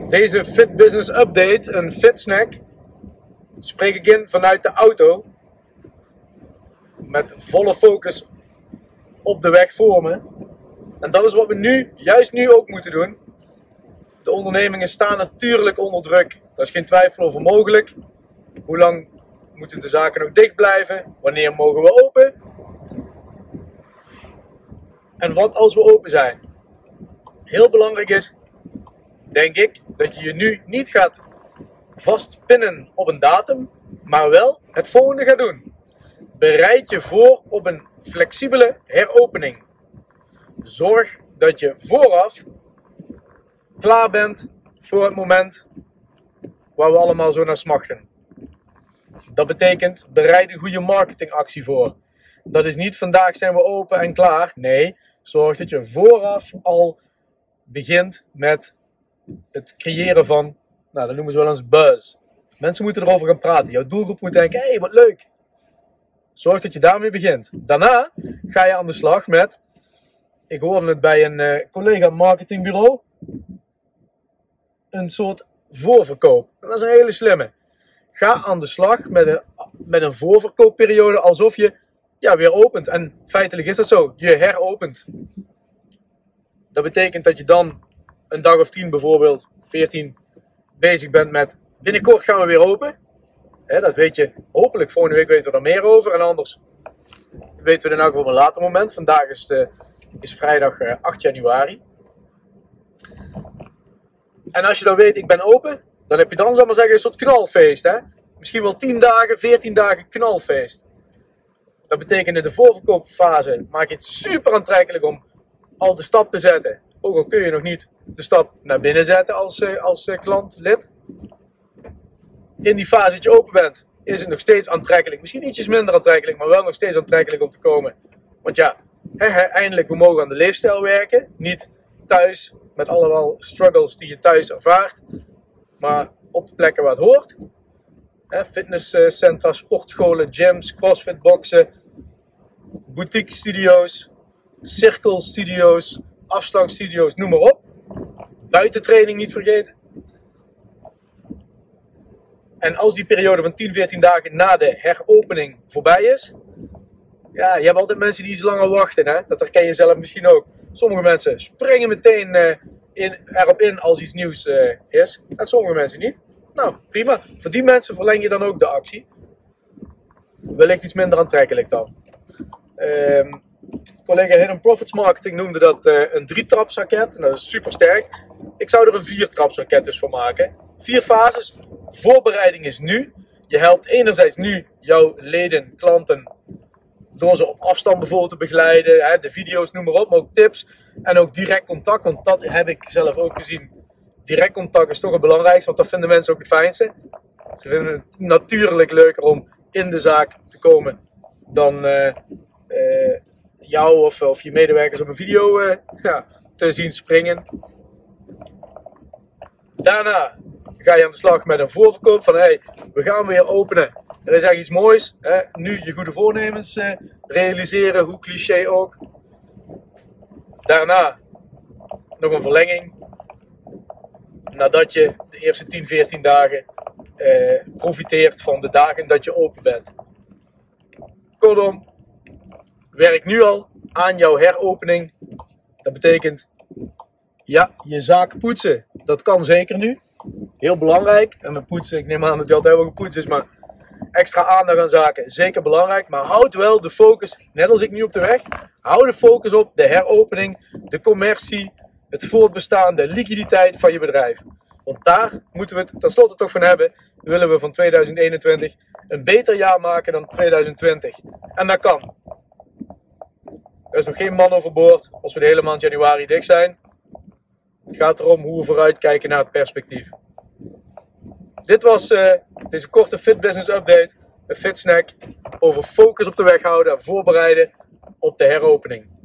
Deze Fit Business Update, een Fit Snack, spreek ik in vanuit de auto. Met volle focus op de weg voor me. En dat is wat we juist nu ook moeten doen. De ondernemingen staan natuurlijk onder druk. Daar is geen twijfel over mogelijk. Hoe lang moeten de zaken nog dicht blijven? Wanneer mogen we open? En wat als we open zijn? Heel belangrijk is, denk ik, dat je nu niet gaat vastpinnen op een datum, maar wel het volgende gaat doen. Bereid je voor op een flexibele heropening. Zorg dat je vooraf klaar bent voor het moment waar we allemaal zo naar smachten. Dat betekent, bereid een goede marketingactie voor. Dat is niet vandaag zijn we open en klaar. Nee, zorg dat je vooraf al begint met het creëren van, dat noemen ze wel eens buzz. Mensen moeten erover gaan praten. Jouw doelgroep moet denken, hé, wat leuk. Zorg dat je daarmee begint. Daarna ga je aan de slag met, ik hoorde het bij een collega marketingbureau, een soort voorverkoop. En dat is een hele slimme. Ga aan de slag met een voorverkoopperiode alsof je weer opent. En feitelijk is dat zo. Je heropent. Dat betekent dat je dan een dag of 10 bijvoorbeeld, 14, bezig bent met binnenkort gaan we weer open. Dat weet je hopelijk. Volgende week weten we er meer over. En anders weten we het in elk geval op een later moment. Vandaag is vrijdag 8 januari. En als je dan weet, ik ben open, dan heb je dan, zal maar zeggen, een soort knalfeest. Hè? Misschien wel 10 dagen, 14 dagen knalfeest. Dat betekent in de voorverkoopfase maak je het super aantrekkelijk om al de stap te zetten. Ook al kun je nog niet de stap naar binnen zetten als klantlid. In die fase dat je open bent, is het nog steeds aantrekkelijk. Misschien ietsjes minder aantrekkelijk, maar wel nog steeds aantrekkelijk om te komen. Want ja, eindelijk, we mogen aan de leefstijl werken. Niet thuis met allemaal struggles die je thuis ervaart. Maar op de plekken waar het hoort. Fitnesscentra, sportscholen, gyms, crossfitboxen, boutique studio's, cirkelstudio's, afslankstudio's, noem maar op. Buitentraining niet vergeten. En als die periode van 10, 14 dagen na de heropening voorbij is, je hebt altijd mensen die iets langer wachten. Hè? Dat herken je zelf misschien ook. Sommige mensen springen meteen erop in als iets nieuws is. En sommige mensen niet. Nou, prima. Voor die mensen verleng je dan ook de actie. Wellicht iets minder aantrekkelijk dan. Collega Hidden Profits Marketing noemde dat een 3-trapsraket. En dat is super sterk. Ik zou er een 4-trapsraket dus voor maken. 4 fases. Voorbereiding is nu. Je helpt enerzijds nu jouw leden, klanten, door ze op afstand bijvoorbeeld te begeleiden. De video's, noem maar op. Maar ook tips. En ook direct contact. Want dat heb ik zelf ook gezien. Direct contact is toch het belangrijkste. Want dat vinden mensen ook het fijnste. Ze vinden het natuurlijk leuker om in de zaak te komen dan jou of je medewerkers op een video te zien springen. Daarna ga je aan de slag met een voorverkoop van we gaan weer openen. Er is echt iets moois. Nu je goede voornemens realiseren, hoe cliché ook. Daarna nog een verlenging. Nadat je de eerste 10, 14 dagen profiteert van de dagen dat je open bent. Kortom, werk nu al aan jouw heropening. Dat betekent, je zaak poetsen. Dat kan zeker nu. Heel belangrijk. En met poetsen, ik neem aan dat je altijd wel gepoetst is, maar extra aandacht aan zaken, zeker belangrijk. Maar houd wel de focus, net als ik nu op de weg, hou de focus op de heropening, de commercie, het voortbestaan, de liquiditeit van je bedrijf. Want daar moeten we het tenslotte toch van hebben. Willen we van 2021 een beter jaar maken dan 2020. En dat kan. Er is nog geen man overboord als we de hele maand januari dicht zijn. Het gaat erom hoe we vooruitkijken naar het perspectief. Dit was deze korte Fit Business Update. Een Fit Snack over focus op de weg houden en voorbereiden op de heropening.